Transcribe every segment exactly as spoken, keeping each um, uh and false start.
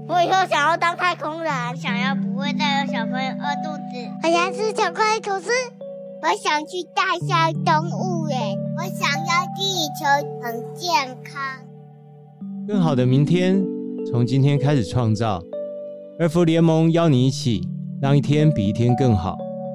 我以后想要当太空人，想要不会再有小朋友饿肚子。我想吃巧克力吐司。我想去大象动物园。我想要地球很健康。 更好的明天从今天开始创造。儿福联盟邀你一起让一天比一天更好。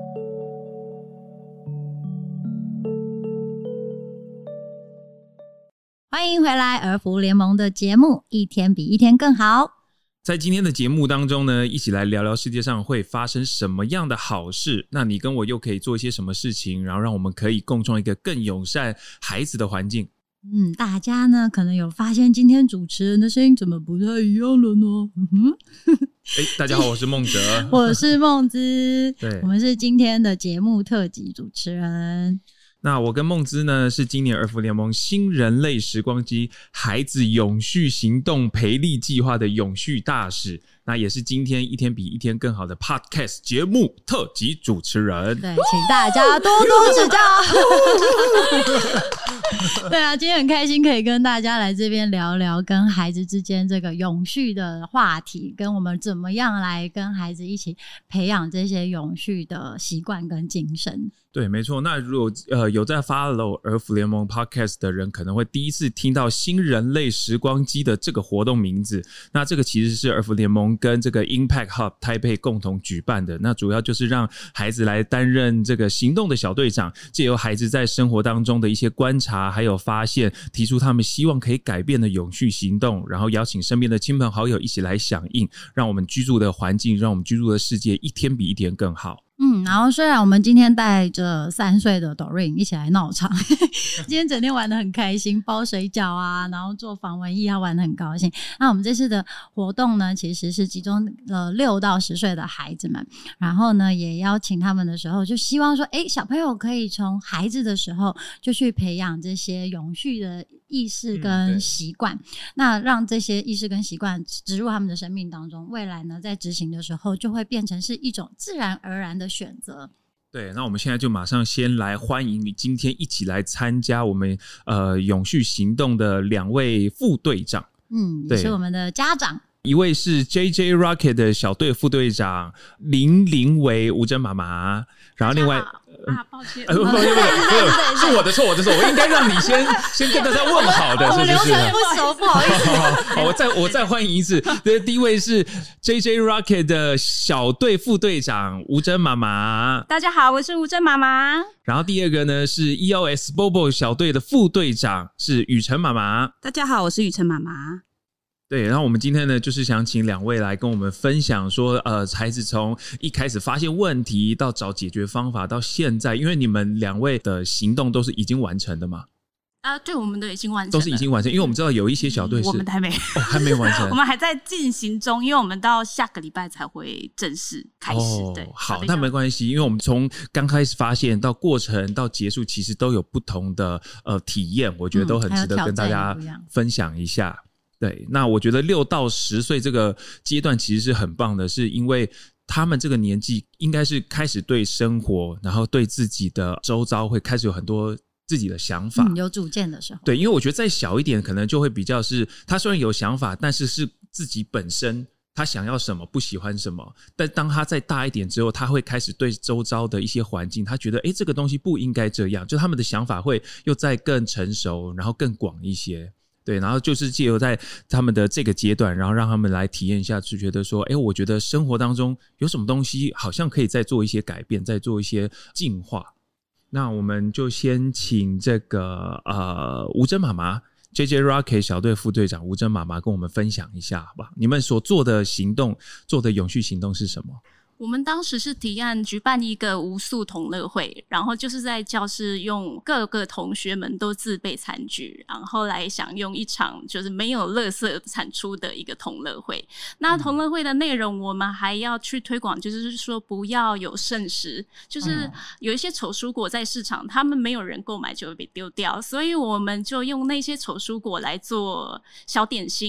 欢迎回来儿福联盟的节目一天比一天更好。 在今天的节目当中呢，一起来聊聊世界上会发生什么样的好事，那你跟我又可以做一些什么事情，然后让我们可以共创一个更友善孩子的环境。 嗯，大家呢可能有发现今天主持人的声音怎么不太一样了呢？嗯哼欸、大家好，我是孟哲。 我是孟姿。 对， 我们是今天的节目特辑主持人。 那我跟孟姿呢是今年儿福联盟新人类时光机孩子永续行动培力计划的永续大使，那也是今天一天比一天更好的 Podcast 节目特辑主持人。 对，请大家多多指教。对啊，今天很开心可以跟大家来这边聊聊跟孩子之间这个永续的话题，跟我们怎么样来跟孩子一起培养这些永续的习惯跟精神。 对，没错。那如果呃有在 follow 儿福联盟 podcast 的人，可能会第一次听到新人类时光机的这个活动名字。那这个其实是儿福联盟跟这个 Impact Hub 台北共同举办的。那主要就是让孩子来担任这个行动的小队长，藉由孩子在生活当中的一些观察还有发现，提出他们希望可以改变的永续行动，然后邀请身边的亲朋好友一起来响应，让我们居住的环境，让我们居住的世界一天比一天更好。 嗯，然后虽然我们今天带着三岁的 Doreen 一起来闹场，今天整天玩得很开心，包水饺啊，然后做防蚊液，他玩得很高兴。那我们这次的活动呢，其实是集中了六到十岁的孩子们，然后呢，也邀请他们的时候，就希望说，哎，小朋友可以从孩子的时候就去培养这些永续的意识跟习惯，嗯、那让这些意识跟习惯植入他们的生命当中，未来呢，在执行的时候就会变成是一种自然而然的选择。 对，那我们现在就马上先来欢迎你今天一起来参加我们呃永续行动的两位副队长。 嗯，也是我们的家长。 一位是 J J Rocket 的小队副队长林林维吴珍妈妈，然后另外啊，抱歉， 呃，不不不，是我的错，我的错，我应该让你先先跟大家问好的，是不是？ 我流程不熟，不好意思。 好，我再我再欢迎一次。第一位是 J J Rocket 的小队副队长吴珍妈妈， 大家好，我是吴珍妈妈。 然后第二个呢是 E O S Bobo 小队的副队长是雨辰妈妈， 大家好，我是雨辰妈妈。 对，然后我们今天呢，就是想请两位来跟我们分享说，呃，孩子从一开始发现问题到找解决方法，到现在，因为你们两位的行动都是已经完成的嘛？ 啊，对，我们都已经完成了， 都是已经完成，因为我们知道有一些小队是、嗯、 我们还没， 哦，还没完成， 我们还在进行中，因为我们到下个礼拜才会正式开始。哦、对， 好，那没关系，因为我们从刚开始发现到过程到结束，其实都有不同的呃体验，我觉得都很值得跟大家分享一下。对，那我觉得六到十岁这个阶段其实是很棒的，是因为他们这个年纪应该是开始对生活，然后对自己的周遭会开始有很多自己的想法， 嗯、有主见的时候。 对，因为我觉得再小一点，可能就会比较是他虽然有想法，但是是自己本身他想要什么，不喜欢什么。但当他再大一点之后，他会开始对周遭的一些环境，他觉得，诶，这个东西不应该这样，就他们的想法会又再更成熟，然后更广一些。对，然后就是藉由在他们的这个阶段，然后让他们来体验一下，就觉得说，哎，我觉得生活当中有什么东西好像可以再做一些改变，再做一些进化。那我们就先请这个呃吴珍妈妈 J J Rocket 小队副队长吴珍妈妈跟我们分享一下，好吧？你们所做的行动，做的永续行动是什么？ 我们当时是提案举办一个无塑同乐会，然后就是在教室用各个同学们都自备餐具，然后来享用一场就是没有垃圾产出的一个同乐会。那同乐会的内容我们还要去推广，就是说不要有剩食，就是有一些丑蔬果在市场他们没有人购买就会被丢掉，所以我们就用那些丑蔬果来做小点心，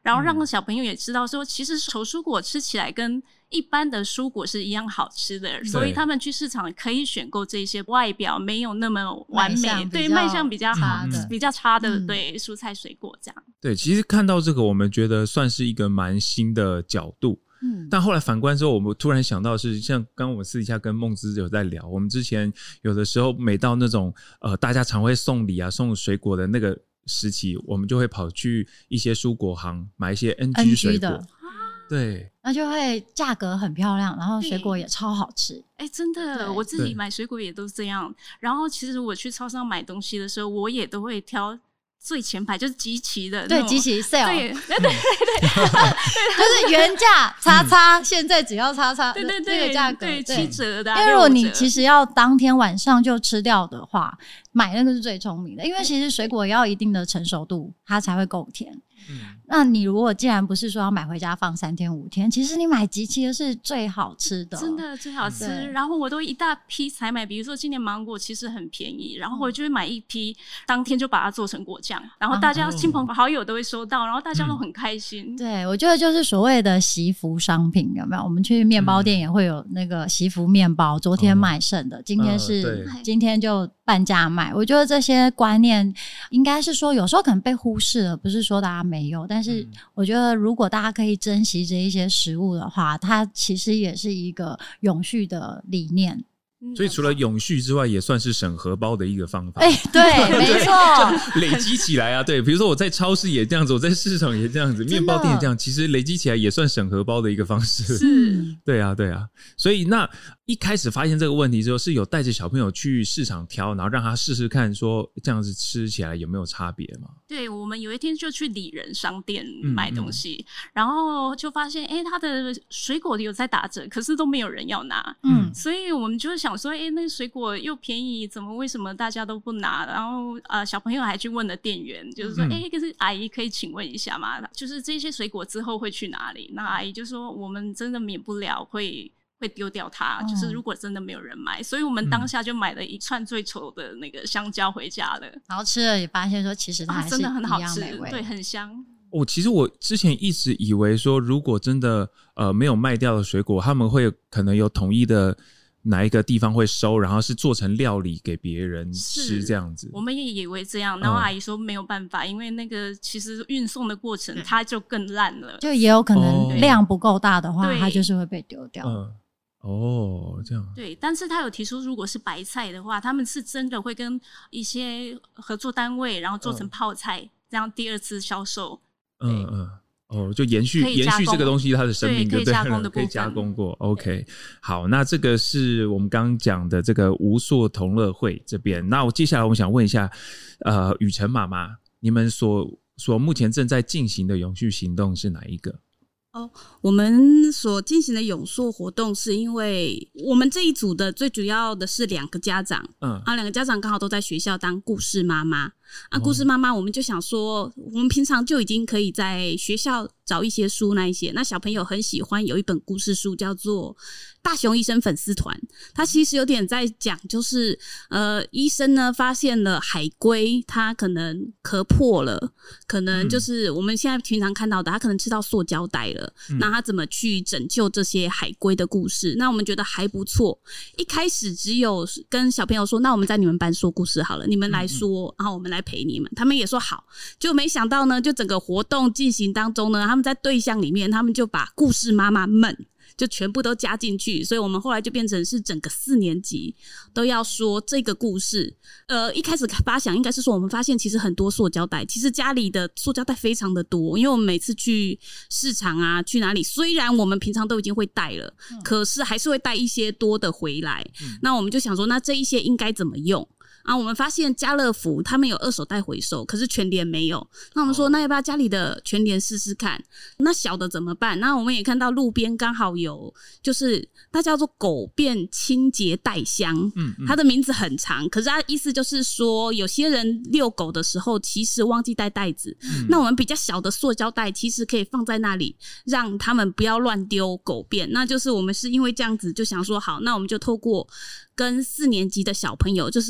然后让小朋友也知道说，其实熟蔬果吃起来跟一般的蔬果是一样好吃的，嗯、所以他们去市场可以选购这些外表没有那么完美，对卖相比较好的、比较差的、嗯、对蔬菜水果这样。 对，其实看到这个，我们觉得算是一个蛮新的角度。嗯，但后来反观之后，我们突然想到的是，像刚刚我们私底下跟梦之有在聊，我们之前有的时候每到那种呃大家常会送礼啊、送水果的那个时期，我们就会跑去一些蔬果行买一些 N G 水果。对， 那就会价格很漂亮，然后水果也超好吃。 哎、欸，真的，我自己买水果也都是这样。然后其实我去超商买东西的时候，我也都会挑最前排，就是集齐的， 对，集齐 sale， 对对对对， 就是原价叉叉，现在只要叉叉， 对对对， 这个价格对七折的、啊。 因为如果你其实要当天晚上就吃掉的话，买那个是最聪明的，因为其实水果要一定的成熟度，它才会够甜。嗯，那你如果既然不是说要买回家放三天五天，其实你买集齐的是最好吃的， 真的最好吃。然后我都一大批才买，比如说今年芒果其实很便宜，然后我就会买一批，当天就把它做成果酱，然后大家亲朋好友都会收到，然后大家都很开心。 嗯、对，我觉得就是所谓的惜福商品，有没有？我们去面包店也会有那个惜福面包，昨天卖剩的，哦、今天是、呃、今天就半价卖。我觉得这些观念应该是说，有时候可能被忽视了，不是说大家没有，但是我觉得如果大家可以珍惜这一些食物的话，它其实也是一个永续的理念。 所以除了永续之外，也算是省荷包的一个方法。 哎、欸，对，没错， 累积起来啊，对，比如说我在超市也这样子，我在市场也这样子，面包店也这样，其实累积起来也算省荷包的一个方式。 是， 对啊，对啊。所以那一开始发现这个问题之后，是有带着小朋友去市场挑，然后让他试试看，说这样子吃起来有没有差别吗？ 对，我们有一天就去里仁商店买东西，嗯嗯然后就发现，哎、欸，他的水果有在打折，可是都没有人要拿，嗯，所以我们就想说，哎、欸，那个水果又便宜，怎么为什么大家都不拿？然后呃，小朋友还去问了店员，就是说，哎、欸，可是阿姨可以请问一下吗？就是这些水果之后会去哪里？那阿姨就说，我们真的免不了会。会丢掉它，就是如果真的没有人买，嗯、所以我们当下就买了一串最丑的那个香蕉回家了。 然后吃了也发现说，其实它还是、啊、 真的很好吃，对，很香。 哦，其实我之前一直以为说，如果真的呃没有卖掉的水果，他们会可能有统一的哪一个地方会收，然后是做成料理给别人吃这样子。 我们也以为这样，然后阿姨说没有办法，嗯、因为那个其实运送的过程它就更烂了， 就也有可能量不够大的话，它就是会被丢掉。 嗯哦，这样对，但是他有提出，如果是白菜的话，他们是真的会跟一些合作单位，然后做成泡菜，嗯、这样第二次销售。 嗯嗯，哦，就延续延续这个东西它的生命，对，可以加工的部分，可以加工过。OK， 好，那这个是我们刚刚讲的这个无塑同乐会这边。那我接下来我们想问一下，呃，雨辰妈妈，你们所所目前正在进行的永续行动是哪一个？ 哦，我们所进行的永塑活动是因为我们这一组的最主要的是两个家长，嗯，啊，两个家长刚好都在学校当故事妈妈，啊，故事妈妈我们就想说，我们平常就已经可以在学校找一些书那一些，那小朋友很喜欢有一本故事书叫做大熊医生粉丝团，他其实有点在讲，就是呃，医生呢发现了海龟，它可能壳破了，可能就是我们现在平常看到的，它可能吃到塑胶袋了，嗯、那他怎么去拯救这些海龟的故事？那我们觉得还不错。一开始只有跟小朋友说，那我们在你们班说故事好了，你们来说，嗯、然后我们来陪你们。他们也说好，就没想到呢，就整个活动进行当中呢，他们在对象里面，他们就把故事妈妈们就全部都加进去，所以我们后来就变成是整个四年级都要说这个故事。呃，一开始发想应该是说，我们发现其实很多塑胶袋，其实家里的塑胶袋非常的多，因为我们每次去市场啊，去哪里，虽然我们平常都已经会带了，嗯、可是还是会带一些多的回来。嗯、那我们就想说，那这一些应该怎么用？啊，我们发现家乐福他们有二手袋回收，可是全联没有。那我们说，那要不要家里的全联试试看？那小的怎么办？那我们也看到路边刚好有，就是它叫做狗便清洁袋箱，嗯嗯，它的名字很长，可是它意思就是说，有些人遛狗的时候其实忘记带袋子，嗯、那我们比较小的塑胶袋其实可以放在那里，让他们不要乱丢狗便。那就是我们是因为这样子就想说，好，那我们就透过跟四年级的小朋友，就是跟他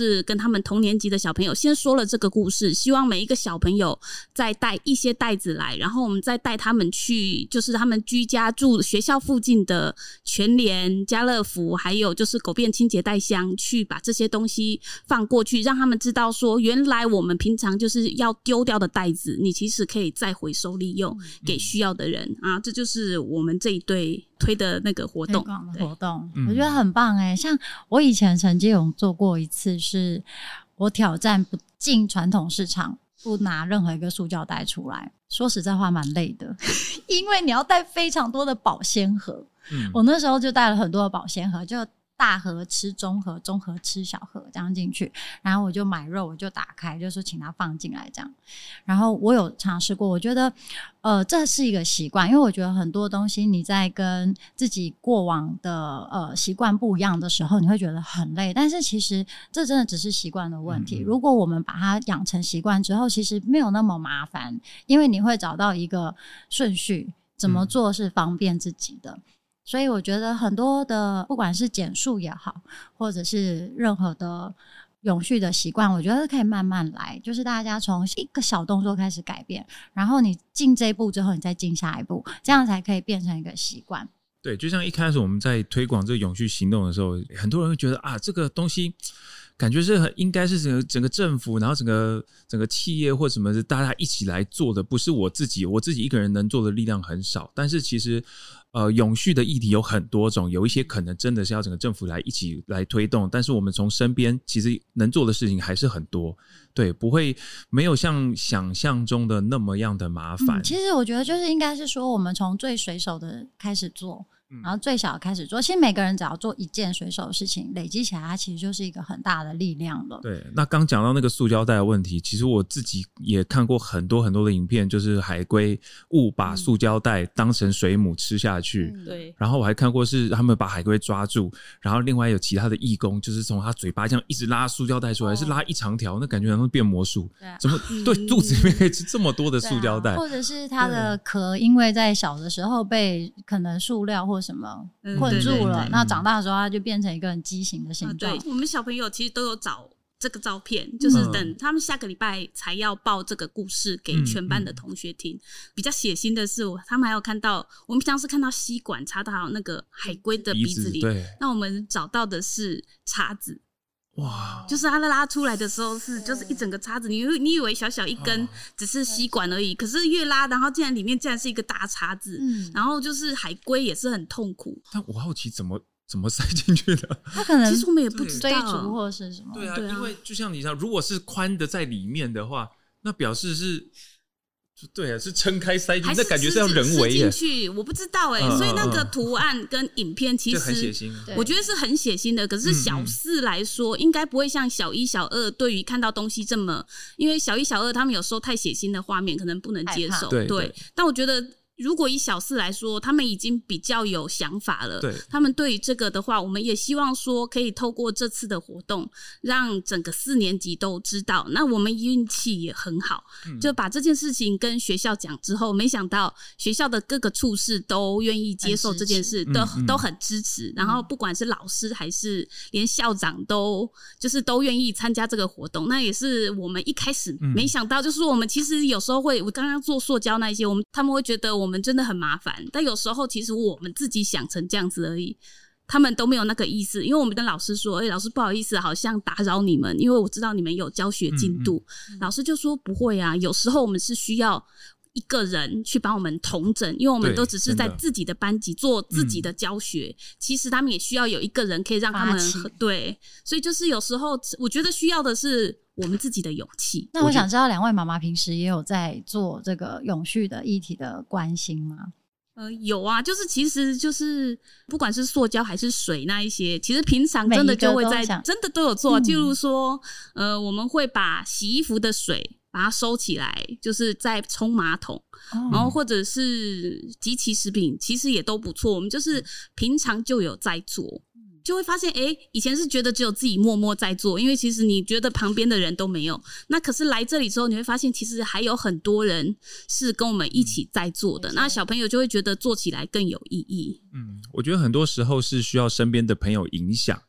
他们同年级的小朋友先说了这个故事，希望每一个小朋友再带一些袋子来，然后我们再带他们去就是他们居家住学校附近的全联、家乐福还有就是狗便清洁袋箱，去把这些东西放过去，让他们知道说原来我们平常就是要丢掉的袋子你其实可以再回收利用给需要的人、嗯、啊，这就是我们这一队推的那个活动活动我觉得很棒耶、欸、像我以前曾经有做过一次，是我挑战不进传统市场不拿任何一个塑胶袋出来，说实在话蛮累的因为你要带非常多的保鲜盒、嗯、我那时候就带了很多的保鲜盒，就大盒吃中盒，中盒吃小盒这样进去，然后我就买肉我就打开，就说请他放进来这样。然后我有尝试过，我觉得呃这是一个习惯，因为我觉得很多东西你在跟自己过往的呃习惯不一样的时候你会觉得很累，但是其实这真的只是习惯的问题、嗯、如果我们把它养成习惯之后其实没有那么麻烦，因为你会找到一个顺序怎么做是方便自己的、嗯，所以我觉得很多的不管是减塑也好，或者是任何的永续的习惯，我觉得可以慢慢来，就是大家从一个小动作开始改变，然后你进这一步之后你再进下一步，这样才可以变成一个习惯。 对，就像一开始我们在推广这个永续行动的时候，很多人会觉得啊，这个东西感觉是很应该是整个整个政府，然后整个整个企业或什么的大家一起来做的，不是我自己我自己一个人能做的力量很少。但是其实呃，永续的议题有很多种，有一些可能真的是要整个政府来一起来推动，但是我们从身边其实能做的事情还是很多，对，不会没有像想象中的那么样的麻烦、 嗯、其实我觉得就是应该是说我们从最随手的开始做，然后最小开始做，其实每个人只要做一件随手的事情累积起来它其实就是一个很大的力量了。 对，那刚讲到那个塑胶袋的问题，其实我自己也看过很多很多的影片，就是海龟误把塑胶袋当成水母吃下去、嗯、 对， 然后我还看过是他们把海龟抓住，然后另外有其他的义工就是从他嘴巴这样一直拉塑胶袋出来、哦、是拉一长条，那感觉好像变魔术，对、啊、怎么对肚子里面可以吃这么多的塑胶袋、 啊、或者是它的壳因为在小的时候被可能塑料或什么困住了、嗯、对对对，那长大的时候它就变成一个很畸形的形状、 啊、对，我们小朋友其实都有找这个照片，就是等他们下个礼拜才要报这个故事给全班的同学听、嗯嗯、比较血腥的是他们还有看到，我们平常是看到吸管插到那个海龟的鼻子里， 对， 那我们找到的是叉子， 哇， 就是它拉出来的时候是就是一整个叉子，你你以为小小一根只是吸管而已，可是越拉然后竟然里面竟然是一个大叉子、嗯、然后就是海龟也是很痛苦， 但我好奇怎么怎么塞进去的， 他可能其实我们也不知道追逐或是什么， 对 啊, 对啊，因为就像你知道如果是宽的在里面的话，那表示是对啊，是撑开塞进去，那感觉是要人为耶， 进去我不知道哎、欸嗯，所以那个图案跟影片其实很血腥， 我觉得是很血腥的。可是小四来说，嗯嗯应该不会像小一、小二对于看到东西这么，因为小一、小二他们有时候太血腥的画面可能不能接受， 对, 对, 对。但我觉得。如果以小四来说，他们已经比较有想法了。 对， 他们对于这个的话，我们也希望说可以透过这次的活动，让整个四年级都知道。那我们运气也很好、嗯，就把这件事情跟学校讲之后，没想到学校的各个处室都愿意接受这件事，都、嗯、都很支持。然后不管是老师还是连校长都就是都愿意参加这个活动。那也是我们一开始没想到，就是说我们其实有时候会，我刚刚做塑胶那一些，我们他们会觉得我。我们真的很麻烦，但有时候其实我们自己想成这样子而已，他们都没有那个意思。因为我们跟老师说，哎、欸，老师不好意思，好像打扰你们，因为我知道你们有教学进度、嗯嗯、老师就说不会啊，有时候我们是需要一个人去帮我们统整，因为我们都只是在自己的班级做自己的教学、嗯、其实他们也需要有一个人可以让他们对，所以就是有时候我觉得需要的是我们自己的勇气。 那我想知道两位妈妈平时也有在做这个永续的议题的关心吗？ 呃，有啊，就是其实就是不管是塑胶还是水那一些，其实平常真的就会在真的都有做，例如说呃，我们会把洗衣服的水把它收起来，就是在冲马桶、哦、然后或者是即期食品其实也都不错，我们就是平常就有在做，就会发现诶以前是觉得只有自己默默在做，因为其实你觉得旁边的人都没有，那可是来这里之后你会发现其实还有很多人是跟我们一起在做的、嗯、那小朋友就会觉得做起来更有意义。 嗯，我觉得很多时候是需要身边的朋友影响，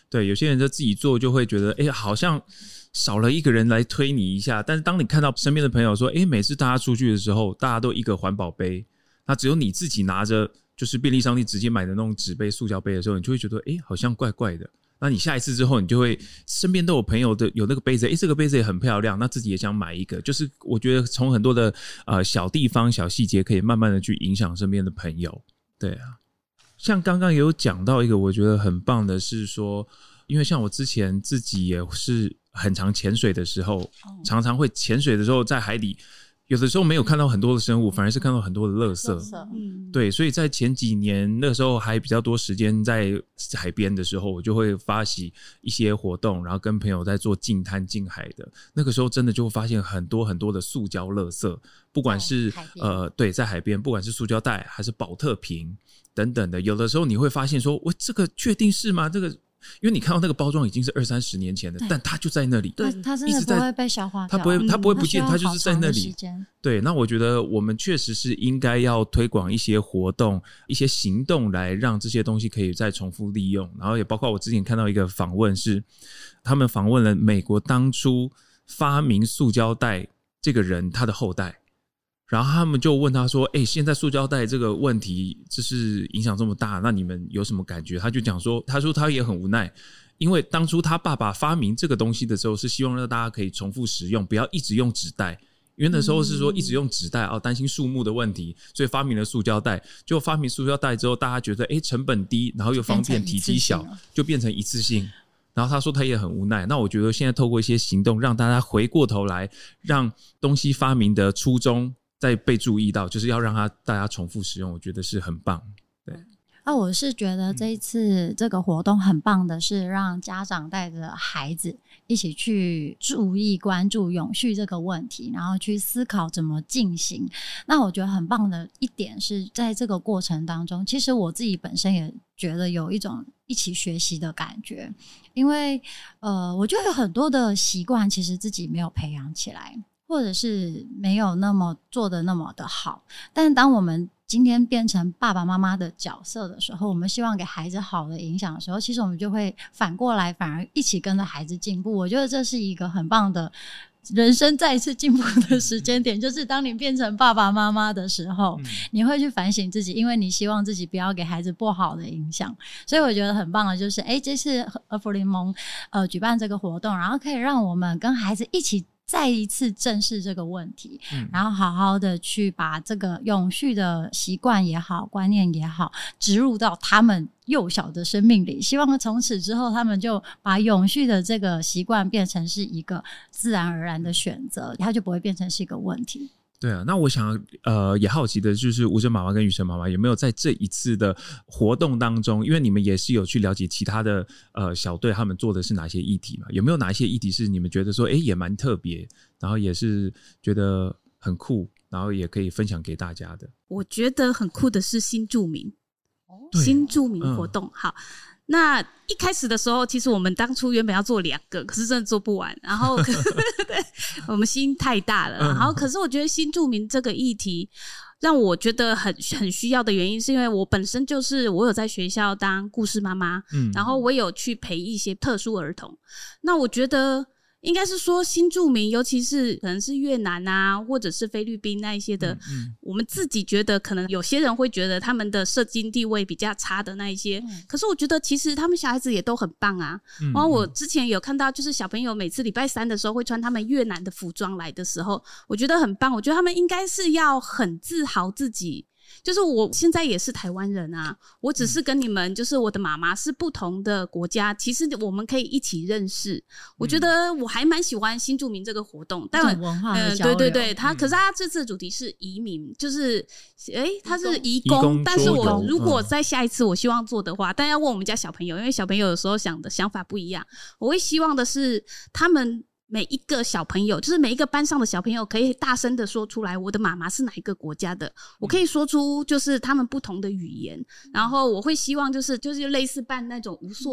对，有些人就自己做就会觉得，哎，好像少了一个人来推你一下。但是当你看到身边的朋友说，哎，每次大家出去的时候，大家都一个环保杯，那只有你自己拿着就是便利商店直接买的那种纸杯、塑胶杯的时候，你就会觉得，哎，好像怪怪的。那你下一次之后，你就会身边都有朋友的有那个杯子，诶，这个杯子也很漂亮，那自己也想买一个。就是我觉得从很多的呃小地方、小细节，可以慢慢的去影响身边的朋友。对啊，像刚刚也有讲到一个，我觉得很棒的是说，因为像我之前自己也是很常潜水的时候，常常会潜水的时候在海里。有的时候没有看到很多的生物，反而是看到很多的垃圾。嗯，对，所以在前几年那时候还比较多时间在海边的时候，我就会发起一些活动，然后跟朋友在做净滩净海的。那个时候真的就会发现很多很多的塑胶垃圾，不管是呃对，在海边，不管是塑胶袋还是保特瓶等等的，有的时候你会发现说，喂，这个确定是吗？这个。因为你看到那个包装已经是二三十年前的，但它就在那里， 对，它真的不会被消化掉， 它不会，它不会不见， 嗯、 它就是在那里。对，那我觉得我们确实是应该要推广一些活动、一些行动，来让这些东西可以再重复利用。然后也包括我之前看到一个访问是，他们访问了美国当初发明塑胶袋这个人他的后代。然后他们就问他说，诶，现在塑胶袋这个问题就是影响这么大，那你们有什么感觉？他就讲说，他说他也很无奈，因为当初他爸爸发明这个东西的时候是希望让大家可以重复使用，不要一直用纸袋，因为那时候是说一直用纸袋哦，担心树木的问题，所以发明了塑胶袋。结果发明塑胶袋之后，大家觉得诶成本低，然后又方便，体积小，就变成一次性。然后他说他也很无奈，那我觉得现在透过一些行动，让大家回过头来，让东西发明的初衷再被注意到，就是要让它大家重复使用，我觉得是很棒。对， 啊，我是觉得这一次这个活动很棒的是，让家长带着孩子一起去注意、关注永续这个问题，然后去思考怎么进行。那我觉得很棒的一点是在这个过程当中，其实我自己本身也觉得有一种一起学习的感觉，因为呃，我觉得有很多的习惯其实自己没有培养起来。或者是没有那么做的那么的好，但是当我们今天变成爸爸妈妈的角色的时候，我们希望给孩子好的影响的时候，其实我们就会反过来反而一起跟着孩子进步。我觉得这是一个很棒的人生再一次进步的时间点，就是当你变成爸爸妈妈的时候、嗯、你会去反省自己，因为你希望自己不要给孩子不好的影响。所以我觉得很棒的就是诶这次儿福联盟呃举办这个活动，然后可以让我们跟孩子一起再一次正视这个问题、嗯、然后好好的去把这个永续的习惯也好观念也好植入到他们幼小的生命里，希望从此之后他们就把永续的这个习惯变成是一个自然而然的选择，它就不会变成是一个问题。 对啊，那我想呃也好奇的就是吴真妈妈跟雨辰妈妈有没有在这一次的活动当中，因为你们也是有去了解其他的呃小队他们做的是哪些议题嘛，有没有哪一些议题是你们觉得说诶也蛮特别，然后也是觉得很酷，然后也可以分享给大家的？ 我觉得很酷的是新住民、哦、新住民活动、嗯、好，那一开始的时候其实我们当初原本要做两个，可是真的做不完，然后对我们心太大了，然后可是我觉得新住民这个议题让我觉得很很需要的原因是因为我本身就是我有在学校当故事妈妈、嗯、然后我有去陪一些特殊儿童，那我觉得应该是说新住民尤其是可能是越南啊或者是菲律宾那一些的、嗯嗯、我们自己觉得可能有些人会觉得他们的社经地位比较差的那一些、嗯、可是我觉得其实他们小孩子也都很棒啊、嗯、然后我之前有看到就是小朋友每次礼拜三的时候会穿他们越南的服装来的时候，我觉得很棒，我觉得他们应该是要很自豪自己，就是我现在也是台湾人啊，我只是跟你们就是我的妈妈是不同的国家，其实我们可以一起认识，我觉得我还蛮喜欢新住民这个活动，但文化的交流、呃、 对对对，他、嗯、可是他这次的主题是移民，就是诶他是移工，但是我如果在下一次我希望做的话、嗯、但要问我们家小朋友，因为小朋友有时候想的想法不一样，我会希望的是他们每一个小朋友，就是每一个班上的小朋友可以大声的说出来我的妈妈是哪一个国家的，我可以说出就是他们不同的语言，然后我会希望就是就是类似办那种无塑的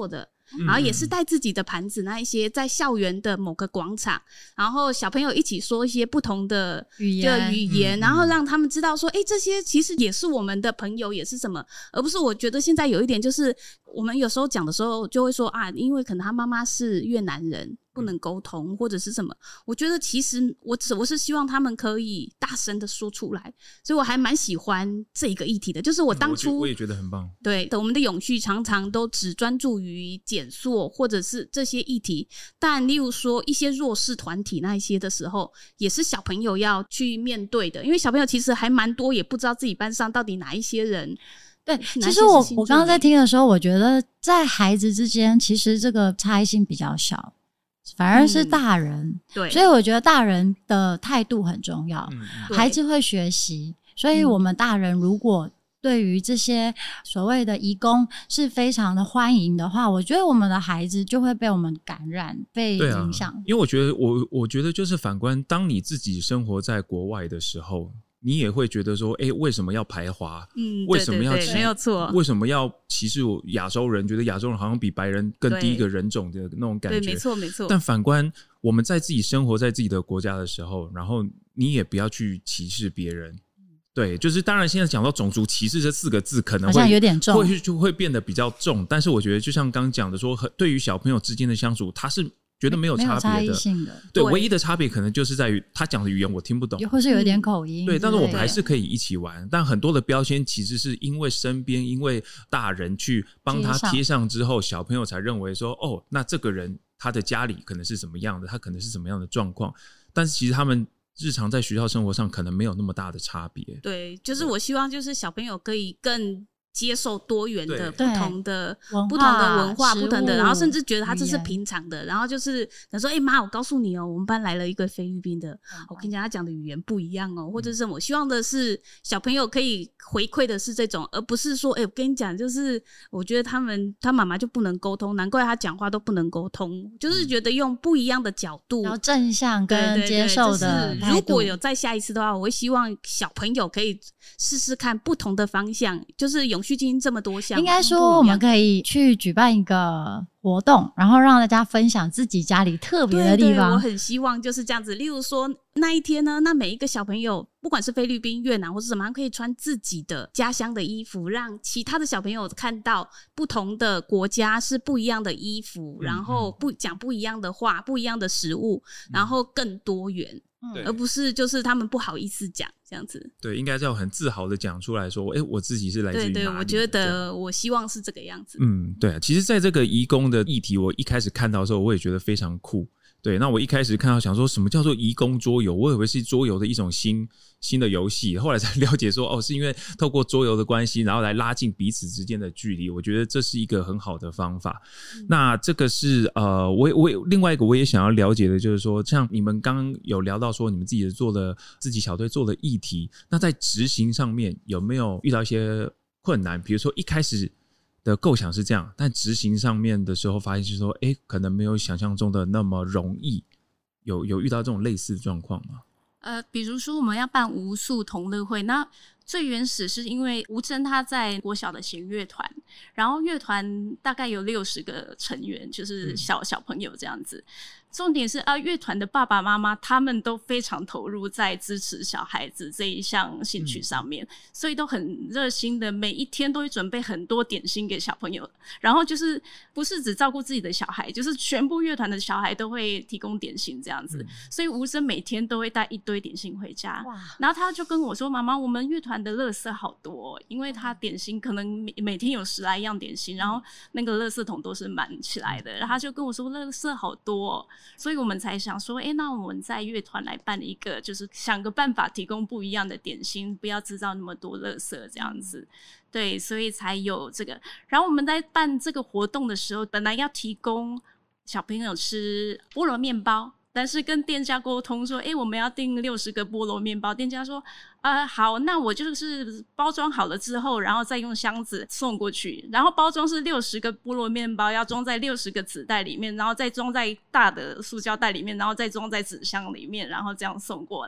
然后也是带自己的盘子那一些在校园的某个广场，然后小朋友一起说一些不同的语言语言、嗯、然后让他们知道说诶这些其实也是我们的朋友，也是什么，而不是我觉得现在有一点就是我们有时候讲的时候就会说啊，因为可能他妈妈是越南人不能沟通或者是什么，我觉得其实我只我是希望他们可以大声的说出来，所以我还蛮喜欢这个议题的，就是我当初、 嗯、我, 我也觉得很棒。 对，我们的永续常常都只专注于减塑或者是这些议题，但例如说一些弱势团体那一些的时候也是小朋友要去面对的，因为小朋友其实还蛮多也不知道自己班上到底哪一些人。 对，其实我我刚刚在听的时候我觉得在孩子之间其实这个差异性比较小，反而是大人、嗯、 对， 所以我觉得大人的态度很重要、 嗯、 孩子会学习，所以我们大人如果对于这些所谓的移工是非常的欢迎的话，我觉得我们的孩子就会被我们感染被影响、啊、 因为我觉得我我觉得就是反观当你自己生活在国外的时候，你也会觉得说诶为什么要排华、 嗯、 为什么要对对对没有错， 为什么要歧视亚洲人，觉得亚洲人好像比白人更低一个人种的那种感觉， 对，没错没错。 但反观我们在自己生活在自己的国家的时候，然后你也不要去歧视别人，对，就是当然现在讲到种族歧视这四个字可能会好像有点重， 会就会变得比较重，但是我觉得就像刚刚讲的说，对于小朋友之间的相处他是觉得没有差别的， 没有差异性的， 对， 对，唯一的差别可能就是在于他讲的语言我听不懂， 或是有一点口音、嗯、 对，但是我们还是可以一起玩，但很多的标签其实是因为身边因为大人去帮他贴上之后，小朋友才认为说哦，那这个人他的家里可能是什么样的，他可能是什么样的状况，但是其实他们日常在学校生活上可能没有那么大的差别。 对，就是我希望就是小朋友可以更接受多元的不同的不同的文化，不同的，然后甚至觉得他这是平常的，然后就是想说，哎、欸、妈，我告诉你哦，我们班来了一个菲律宾的，我跟你讲，他讲的语言不一样哦，或者是什么。我希望的是小朋友可以回馈的是这种，而不是说，哎、欸，我跟你讲，就是我觉得他们他妈妈就不能沟通，难怪他讲话都不能沟通，就是觉得用不一样的角度， 然后正向跟接受的态度。 就是如果有再下一次的话，我会希望小朋友可以试试看不同的方向，就是永续经营这么多项， 应该说我们可以去举办一个活动，然后让大家分享自己家里特别的地方。 对对，我很希望就是这样子，例如说那一天呢，那每一个小朋友不管是菲律宾、越南或是什么，可以穿自己的家乡的衣服，让其他的小朋友看到不同的国家是不一样的衣服，嗯、然后不讲不一样的话，不一样的食物，然后更多元。嗯、而不是就是他们不好意思讲这样子。 对，应该要很自豪的讲出来说，哎、欸，我自己是来自于哪里的。 对对，我觉得我希望是这个样子。 嗯，对啊，其实在这个移工的议题，我一开始看到的时候，我也觉得非常酷。对，那我一开始看到想说什么叫做移工桌游，我以为是桌游的一种新新的游戏，后来才了解说哦，是因为透过桌游的关系，然后来拉近彼此之间的距离。我觉得这是一个很好的方法。嗯、那这个是呃，我我另外一个我也想要了解的就是说，像你们刚刚有聊到说你们自己做的自己小队做的议题，那在执行上面有没有遇到一些困难？比如说一开始的构想是这样，但执行上面的时候发现是说，哎，可能没有想象中的那么容易。有有遇到这种类似的状况吗？ 呃，比如说我们要办无宿同乐会，那最原始是因为吴真他在国小的弦乐团，然后乐团大概有六十个成员，就是小小朋友这样子。重点是啊，乐团的爸爸妈妈他们都非常投入在支持小孩子这一项兴趣上面，嗯、所以都很热心的，每一天都会准备很多点心给小朋友。然后就是不是只照顾自己的小孩，就是全部乐团的小孩都会提供点心这样子。嗯、所以吴声每天都会带一堆点心回家。然后他就跟我说：“妈妈，我们乐团的垃圾好多，因为他点心可能每每天有十来样点心，然后那个垃圾桶都是满起来的。”然后他就跟我说：“垃圾好多。”所以我们才想说，哎，那我们在乐团来办一个，就是想个办法提供不一样的点心，不要制造那么多垃圾这样子。对，所以才有这个。然后我们在办这个活动的时候，本来要提供小朋友吃菠萝面包，但是跟店家沟通说，哎，我们要订六十个菠萝面包。店家说，呃，好，那我就是包装好了之后，然后再用箱子送过去。然后包装是六十个菠萝面包，要装在六十个纸袋里面，然后再装在大的塑胶袋里面，然后再装在纸箱里面，然后这样送过来。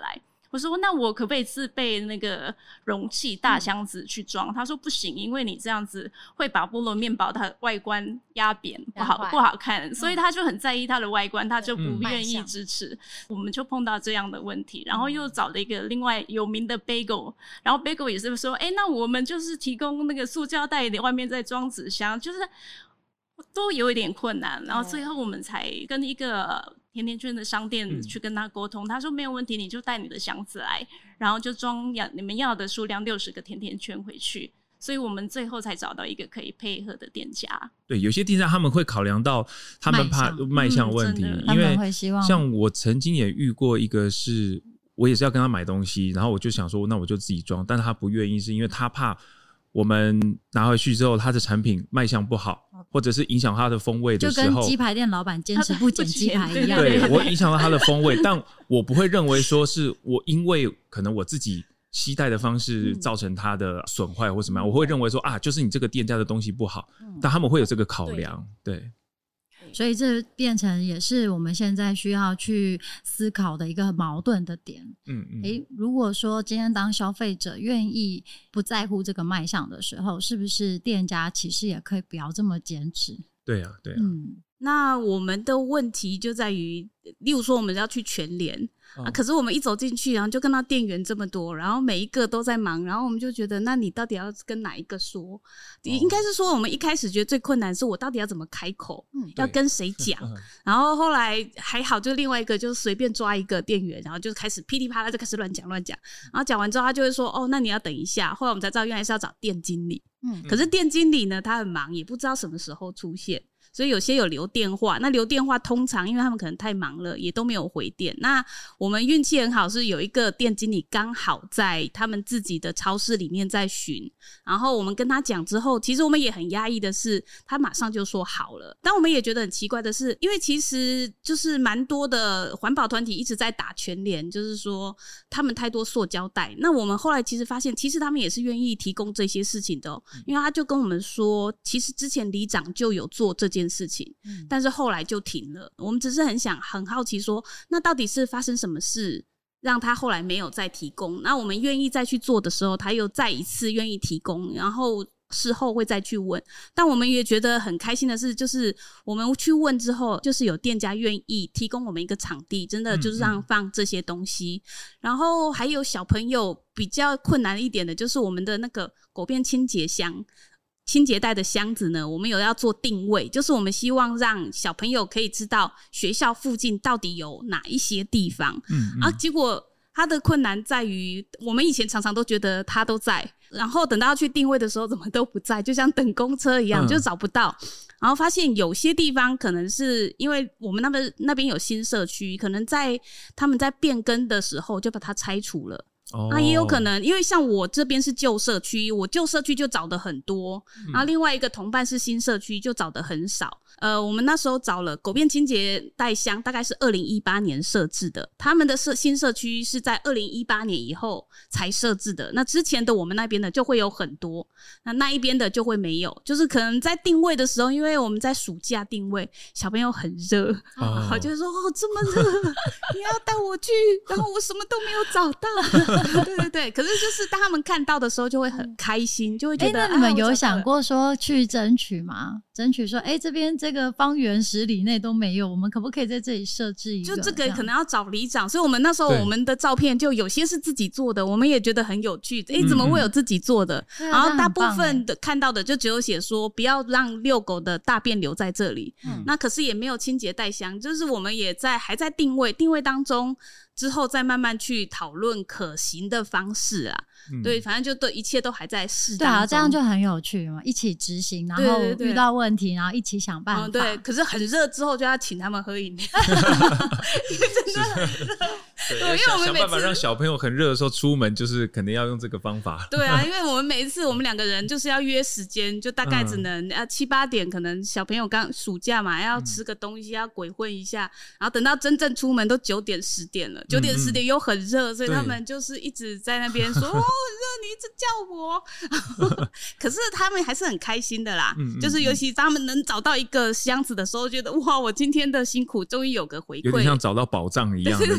我说那我可不可以自备那个容器大箱子去装、嗯、他说不行，因为你这样子会把菠萝面包它的外观压扁，不好不好看，所以他就很在意它的外观，他就不愿意支持、嗯、我们就碰到这样的问题，然后又找了一个另外有名的 bagel， 然后 bagel 也是说哎、欸，那我们就是提供那个塑胶袋外面再装纸箱，就是都有一点困难，然后最后我们才跟一个甜甜圈的商店去跟他沟通、嗯、他说没有问题，你就带你的箱子来，然后就装你们要的数量六十个甜甜圈回去，所以我们最后才找到一个可以配合的店家。 对，有些店家他们会考量到他们怕卖相问题、嗯、因为像我曾经也遇过一个是我也是要跟他买东西，然后我就想说那我就自己装，但是他不愿意，是因为他怕我们拿回去之后他的产品卖相不好，或者是影响他的风味的时候， 就跟鸡排店老板坚持不剪鸡排一样， 对，我影响到他的风味但我不会认为说是我因为可能我自己携带的方式造成它的损坏或什么样、嗯、我会认为说啊，就是你这个店家的东西不好、嗯、但他们会有这个考量。 对, 对， 所以这变成也是我们现在需要去思考的一个矛盾的点。嗯嗯，诶，如果说今天当消费者愿意不在乎这个卖相的时候，是不是店家其实也可以不要这么坚持？ 对啊对啊、 嗯、那我们的问题就在于，例如说我们要去全联、哦啊、可是我们一走进去然后就看到店员这么多，然后每一个都在忙，然后我们就觉得那你到底要跟哪一个说、哦、应该是说我们一开始觉得最困难是我到底要怎么开口、嗯、要跟谁讲然后后来还好，就另外一个就随便抓一个店员，然后就开始噼里啪啦就开始乱讲乱讲，然后讲完之后他就会说哦那你要等一下，后来我们才知道原来是要找店经理。嗯，可是店经理呢他很忙，也不知道什么时候出现，所以有些有留电话，那留电话通常因为他们可能太忙了也都没有回电，那我们运气很好是有一个店经理刚好在他们自己的超市里面在巡，然后我们跟他讲之后，其实我们也很压抑的是他马上就说好了，但我们也觉得很奇怪的是，因为其实就是蛮多的环保团体一直在打全联，就是说他们太多塑胶袋，那我们后来其实发现其实他们也是愿意提供这些事情的、哦、因为他就跟我们说其实之前里长就有做这件事情、嗯、但是后来就停了，我们只是很想很好奇说那到底是发生什么事让他后来没有再提供，那我们愿意再去做的时候他又再一次愿意提供，然后事后会再去问，但我们也觉得很开心的是就是我们去问之后就是有店家愿意提供我们一个场地，真的就是让放这些东西、嗯嗯、然后还有小朋友比较困难一点的就是我们的那个狗便清洁箱清洁袋的箱子呢，我们有要做定位，就是我们希望让小朋友可以知道学校附近到底有哪一些地方、嗯嗯、啊，结果他的困难在于我们以前常常都觉得他都在，然后等到要去定位的时候怎么都不在，就像等公车一样、嗯、就找不到，然后发现有些地方可能是因为我们那边那边有新社区，可能在他们在变更的时候就把它拆除了，那、啊、也有可能因为像我这边是旧社区，我旧社区就找的很多、嗯、然后另外一个同伴是新社区就找的很少，呃，我们那时候找了狗便清洁袋箱大概是二零一八年设置的，他们的社新社区是在二零一八年以后才设置的，那之前的我们那边的就会有很多，那那一边的就会没有，就是可能在定位的时候因为我们在暑假定位小朋友很热、哦、就会说哦这么热你要带我去，然后我什么都没有找到对对对，可是就是当他们看到的时候就会很开心，就会觉得、 欸、那你们有想过说去争取吗？争取说哎、欸，这边这个方圆十里内都没有，我们可不可以在这里设置一个？ 就这个可能要找里长，所以我们那时候我们的照片就有些是自己做的，我们也觉得很有趣，哎、欸，怎么会有自己做的、嗯、然后大部分的看到的就只有写说不要让遛狗的大便留在这里、嗯、那可是也没有清洁袋箱，就是我们也在还在定位定位当中，之后再慢慢去讨论可行的方式啊、嗯、对，反正就对一切都还在试当中。 对啊，这样就很有趣嘛，一起执行，然后遇到问题然后一起想办法、 嗯、对，可是很热之后就要请他们喝饮料因为真的很热对，因为我们想办法让小朋友很热的时候出门，就是肯定要用这个方法。 对啊，因为我们每一次我们两个人就是要约时间，就大概只能、嗯、啊七八点，可能小朋友刚暑假嘛，要吃个东西，要鬼混一下，然后等到真正出门都九点十点了，九点十点又很热、嗯，所以他们就是一直在那边说哦很热，你一直叫我。可是他们还是很开心的啦，嗯、就是尤其他们能找到一个箱子的时候，觉得哇，我今天的辛苦终于有个回馈， 有点像找到宝藏一样的那种感觉。对对对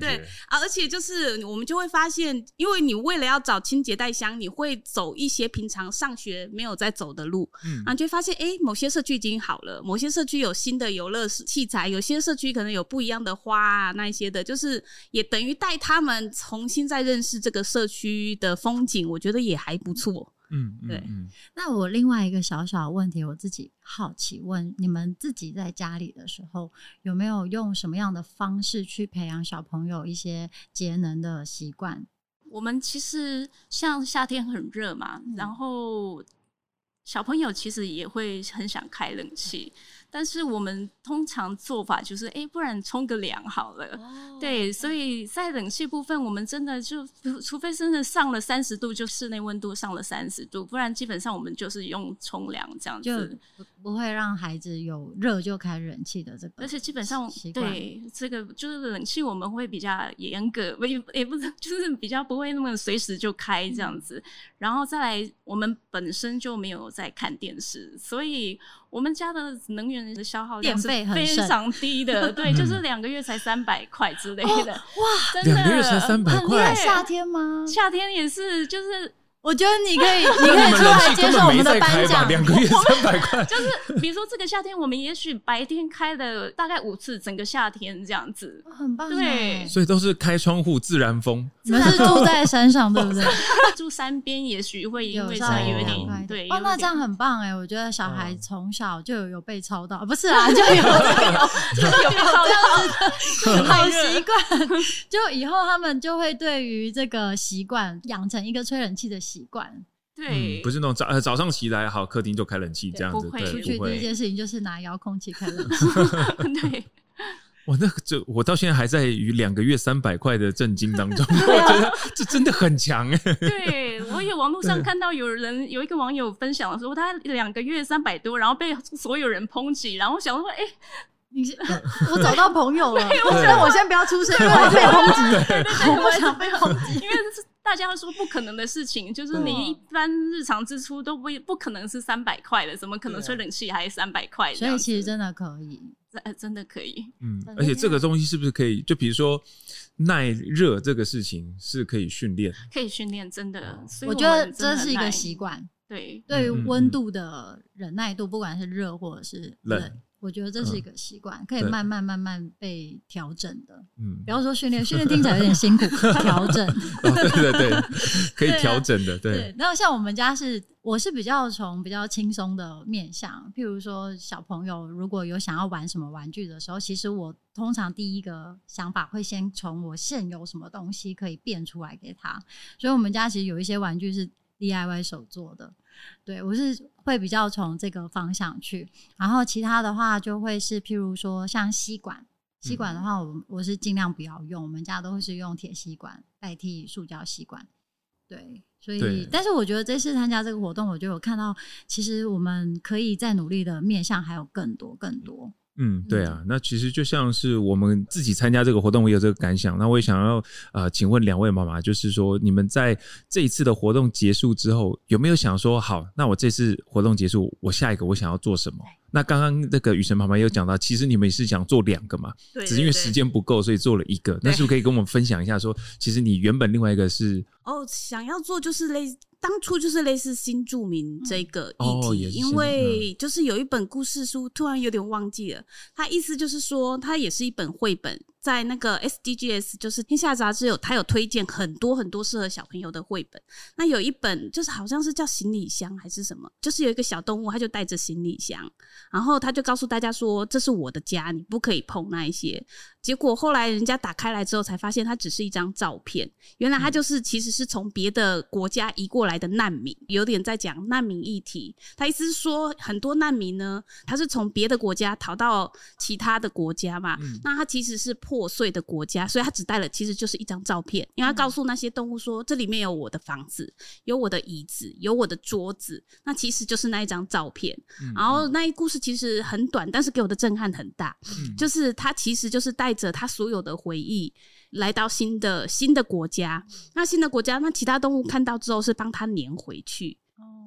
对啊，而且就是我们就会发现，因为你为了要找清洁袋箱，你会走一些平常上学没有在走的路，嗯，啊，就会发现，哎，某些社区已经好了，某些社区有新的游乐器材，有些社区可能有不一样的花啊，那一些的，就是也等于带他们重新再认识这个社区的风景，我觉得也还不错。 嗯， 对。 嗯， 那我另外一个小小的问题，我自己好奇问，你们自己在家里的时候，有没有用什么样的方式去培养小朋友一些节能的习惯？ 我们其实像夏天很热嘛，嗯、然后小朋友其实也会很想开冷气。但是我们通常做法就是，哎，不然冲个凉好了。哦、对，所以在冷气部分，我们真的就，除非真的上了三十度，就室内温度上了三十度，不然基本上我们就是用冲凉这样子， 就不会让孩子有热就开冷气的这个。 而且基本上，对这个就是冷气，我们会比较严格，也也不是，就是比较不会那么随时就开这样子。嗯、然后再来，我们本身就没有在看电视，所以我们家的能源的消耗量是非常低的，对，就是两个月才三百块之类的，哦、哇，真的两个月才三百块， 夏天吗？ 夏天也是，就是我觉得你可以，你可以出来接受我们的颁奖， 两个月三百块， 就是比如说这个夏天，我们也许白天开了大概五次，整个夏天这样子， 很棒， 对， 所以都是开窗户自然风。 你们是住在山上对不对？ 住山边也许会因为上有一点，对， 哦，那这样很棒哎，我觉得小孩从小就有有被操到，不是啊，就有就有就有被操到的好习惯，就以后他们就会对于这个习惯养成一个吹冷气的习惯。 对、 嗯，不是那种早、呃、早上起来好客厅就开冷气这样子， 对， 出去第一件事情就是拿遥控器开冷气。 对。 哇，那这我到现在还在于两个月三百块的震惊当中，我觉得这真的很强哎。 对，我有网络上看到有人有一个网友分享说，他两个月三百多，然后被所有人抨击，然后想说，哎、欸， 你我找到朋友了，但我先不要出声，因为我被抨击， 对对对， 我不想被抨击， 因为大家说不可能的事情，就是你一般日常支出都不不可能是三百块的，怎么可能吹冷气还三百块？ 所以其实真的可以。 真的可以， 嗯，而且这个东西是不是可以？就比如说耐热这个事情是可以训练， 可以训练，真的。所以我觉得这是一个习惯， 对， 对于温度的忍耐度，不管是热或者是冷，我觉得这是一个习惯，可以慢慢慢慢被调整的。嗯，不要说训练，训练听起来有点辛苦，调整。 哦，对对对，可以调整的，对。 对，然后像我们家是。我是比较从比较轻松的面向，譬如说小朋友如果有想要玩什么玩具的时候，其实我通常第一个想法会先从我现有什么东西可以变出来给他，所以我们家其实有一些玩具是 D I Y 手做的，对，我是会比较从这个方向去，然后其他的话就会是譬如说像吸管，吸管的话我我是尽量不要用，我们家都会是用铁吸管代替塑胶吸管，对。所以，但是我觉得这次参加这个活动，我就有看到，其实我们可以再努力的面向还有更多更多。 嗯，对啊，那其实就像是我们自己参加这个活动，我有这个感想。那我也想要呃，请问两位妈妈，就是说你们在这一次的活动结束之后，有没有想说，好，那我这次活动结束，我下一个我想要做什么？那刚刚那个雨辰妈妈也有讲到，其实你们也是想做两个嘛， 对对对， 只是因为时间不够，所以做了一个。那是不是可以跟我们分享一下说，说其实你原本另外一个是哦，想要做就是类似。当初就是类似新住民这个议题， 嗯哦、 因为就是有一本故事书，突然有点忘记了。它意思就是说，它也是一本绘本，在那个 S D G S， 就是天下杂志有，它有推荐很多很多适合小朋友的绘本。那有一本就是好像是叫行李箱还是什么，就是有一个小动物，它就带着行李箱，然后他就告诉大家说，这是我的家，你不可以碰那一些。结果后来人家打开来之后，才发现它只是一张照片，原来它就是其实是从别的国家移过来的难民，有点在讲难民议题。他意思是说，很多难民呢，他是从别的国家逃到其他的国家嘛，嗯、那他其实是破碎的国家，所以他只带了其实就是一张照片，因为他告诉那些动物说，这里面有我的房子，有我的椅子，有我的桌子，那其实就是那一张照片。嗯、然后那一故事其实很短，但是给我的震撼很大，嗯、就是他其实就是带着他所有的回忆来到新的新的国家，那新的国家，那其他动物看到之后是帮他粘回去。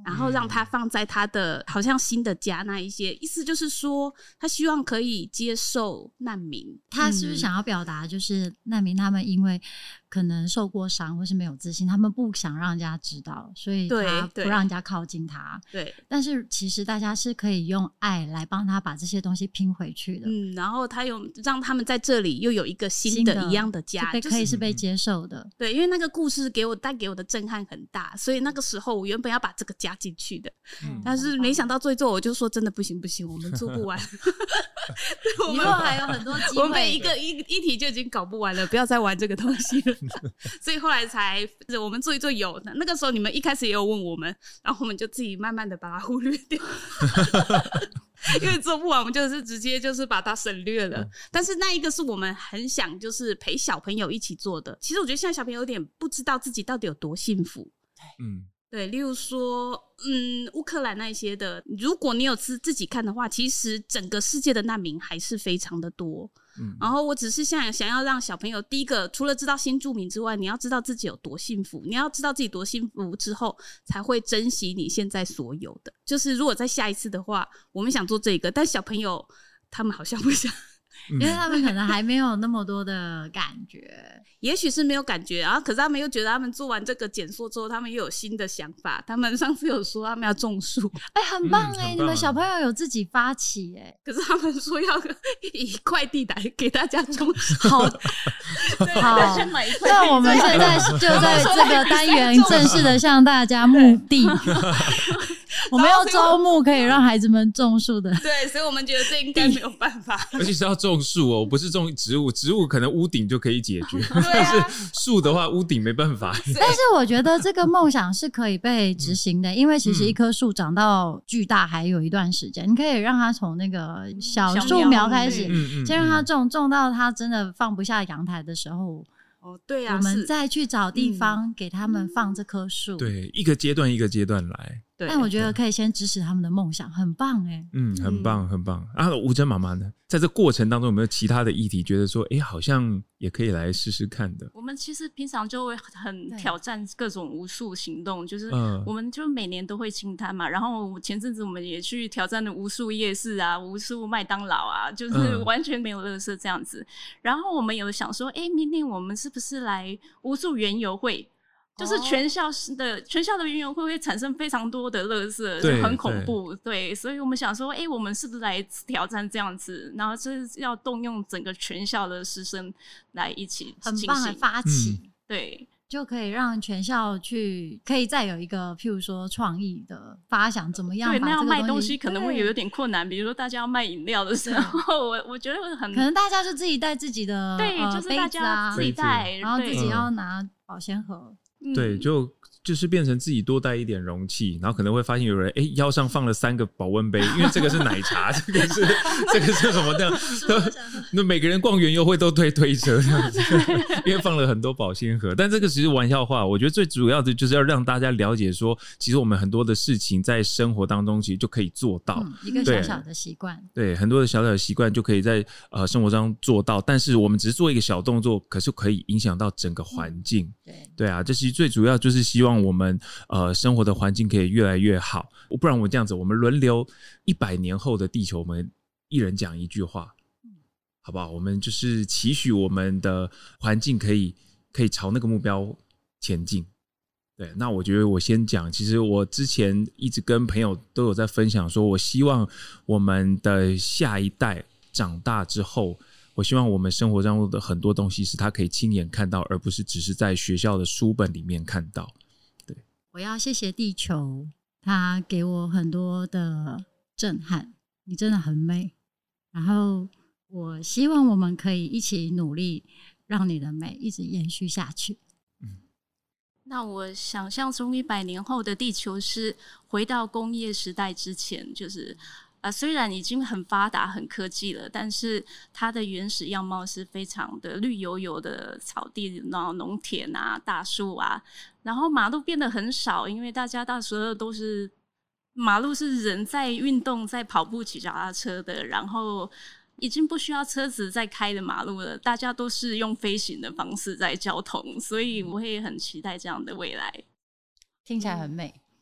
然后让他放在他的好像新的家那一些，意思就是说他希望可以接受难民。 他是不是想要表达就是难民他们因为可能受过伤或是没有自信，他们不想让人家知道，所以他不让人家靠近他。 对， 但是其实大家是可以用爱来帮他把这些东西拼回去的。 嗯，然后他有让他们在这里又有一个新的一样的家， 是可以是被接受的。 对，因为那个故事给我带给我的震撼很大，所以那个时候我原本要把这个加进去的，嗯、但是没想到做一做，我就说真的不行不行，我们做不完。 以后还有很多机会， 我们一个一一题就已经搞不完了，不要再玩这个东西了。所以后来才我们做一做有，那个时候你们一开始也有问我们，然后我们就自己慢慢的把它忽略掉。因为做不完，我们就是直接就是把它省略了。嗯、但是那一个是我们很想就是陪小朋友一起做的。其实我觉得现在小朋友有点不知道自己到底有多幸福。嗯，对，例如说，嗯，乌克兰那些的，如果你有自自己看的话，其实整个世界的难民还是非常的多。嗯，然后我只是想想要让小朋友，第一个除了知道新住民之外，你要知道自己有多幸福，你要知道自己多幸福之后，才会珍惜你现在所有的。就是如果在下一次的话，我们想做这个，但小朋友他们好像不想。 因为他们可能还没有那么多的感觉， 也许是没有感觉，然后可是他们又觉得他们做完这个减塑之后，他们又有新的想法。他们上次有说他们要种树， 哎、欸，很棒哎、欸嗯啊！你们小朋友有自己发起哎、欸， 可是他们说要一块地来给大家种树， 好，好，那我们现在就在这个单元正式的向大家募地。我们要招募可以让孩子们种树的， 对，所以我们觉得这应该没有办法， 而且是要种树哦，不是种植物，植物可能屋顶就可以解决，但是树的话屋顶没办法。 但是我觉得这个梦想是可以被执行的，因为其实一棵树长到巨大还有一段时间，你可以让它从那个小树苗开始，先让它种，种到它真的放不下阳台的时候。 哦，对啊， 我们再去找地方给他们放这棵树。 对，一个阶段一个阶段来。 但我觉得可以先支持他们的梦想，很棒哎、欸。 嗯，很棒，很棒。啊，吴珍妈妈呢，在这过程当中有没有其他的议题，觉得说，哎、欸，好像也可以来试试看的？ 我们其实平常就会很挑战各种无数行动，就是我们就每年都会清摊嘛。然后前阵子我们也去挑战了无数夜市啊，无数麦当劳啊，就是完全没有垃圾这样子。嗯、然后我们有想说，哎、欸，明年我们是不是来无数园游会？就是全校的、哦、全校的园游会会产生非常多的垃圾，很恐怖。对，所以我们想说，哎、欸，我们是不是来挑战这样子？然后是要动用整个全校的师生来一起进行， 很棒的发起、 嗯，对， 就可以让全校去，可以再有一个，譬如说创意的发想，怎么样把这个东西？ 对，那样卖东西可能会有点困难。比如说大家要卖饮料的时候，我我觉得很可能大家就自己带自己的对，呃、就是大家自己带， 然后自己要拿保鲜盒。 对，就就是变成自己多带一点容器，然后可能会发现有人哎、欸、腰上放了三个保温杯，因为这个是奶茶，这个是这个是什么这样？那每个人逛园游会都推推车这样子，因为放了很多保鲜盒。但这个其实玩笑话，我觉得最主要的就是要让大家了解说，其实我们很多的事情在生活当中其实就可以做到， 嗯、一个小小的习惯。 对，很多的小小的习惯就可以在呃生活中做到，但是我们只是做一个小动作，可是可以影响到整个环境。 嗯、对对啊，这其实最主要就是希望我们呃生活的环境可以越来越好。不然我这样子，我们轮流一百年后的地球，我们一人讲一句话，好不好？我们就是期许我们的环境可以可以朝那个目标前进。对，那我觉得我先讲，其实我之前一直跟朋友都有在分享说，我希望我们的下一代长大之后，我希望我们生活当中的很多东西是他可以亲眼看到，而不是只是在学校的书本里面看到。对， 我要谢谢地球，它给我很多的震撼，你真的很美。然后我希望我们可以一起努力，让你的美一直延续下去。 嗯，那我想象中一百年后的地球是回到工业时代之前，就是啊，虽然已经很发达、很科技了，但是它的原始样貌是非常的绿油油的草地，然后农田啊、大树啊，然后马路变得很少，因为大家到时候都是马路是人在运动、在跑步、骑脚踏车的，然后已经不需要车子在开的马路了，大家都是用飞行的方式在交通，所以我会很期待这样的未来。 听起来很美。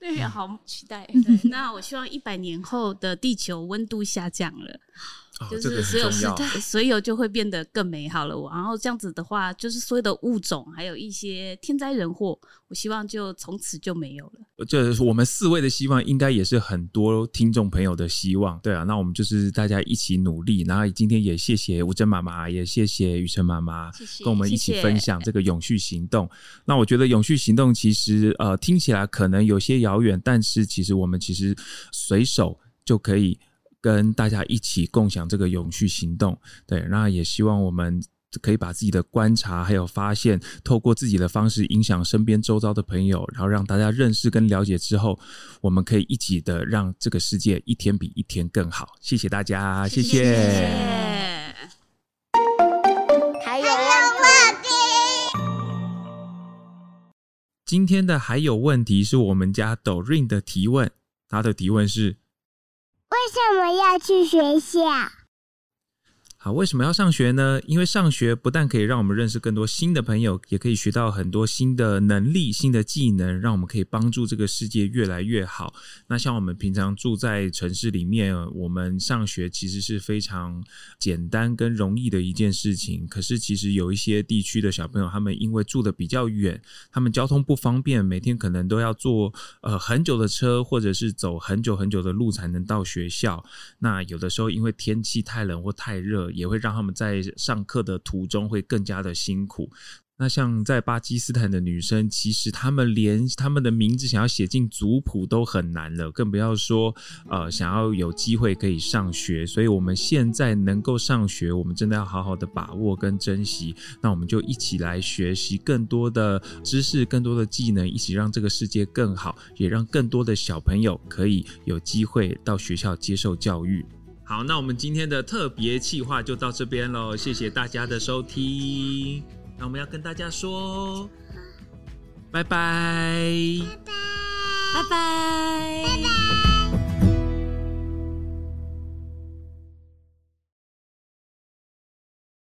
对呀，好期待。 对，那我希望一百年后的地球温度下降了。 哦、 就是所有事态，所有就会变得更美好了。然后这样子的话，就是所有的物种，还有一些天灾人祸，我希望就从此就没有了。 这我们四位的希望，应该也是很多听众朋友的希望。对啊，那我们就是大家一起努力。然后今天也谢谢吴珍妈妈，也谢谢雨辰妈妈， 谢谢跟我们一起分享这个永续行动。谢谢。那我觉得永续行动其实呃听起来可能有些遥远，但是其实我们其实随手就可以跟大家一起共享这个永续行动。对，那也希望我们可以把自己的观察还有发现，透过自己的方式影响身边周遭的朋友，然后让大家认识跟了解之后，我们可以一起的让这个世界一天比一天更好。谢谢大家，谢谢。 谢谢。 还有问题。 今天的还有问题是我们家 Doreen 的提问，他的提问是： 为什么要去学校？ 好，为什么要上学呢？因为上学不但可以让我们认识更多新的朋友，也可以学到很多新的能力、新的技能，让我们可以帮助这个世界越来越好。那像我们平常住在城市里面，我们上学其实是非常简单跟容易的一件事情。可是其实有一些地区的小朋友，他们因为住得比较远，他们交通不方便，每天可能都要坐呃很久的车，或者是走很久很久的路才能到学校。那有的时候因为天气太冷或太热，也会让他们在上课的途中会更加的辛苦。那像在巴基斯坦的女生，其实她们连她们的名字想要写进族谱都很难了，更不要说呃想要有机会可以上学。所以我们现在能够上学，我们真的要好好的把握跟珍惜。那我们就一起来学习更多的知识，更多的技能，一起让这个世界更好，也让更多的小朋友可以有机会到学校接受教育。好，那我们今天的特别企划就到这边咯，谢谢大家的收听。那我们要跟大家说拜拜， 拜拜，拜拜，拜拜。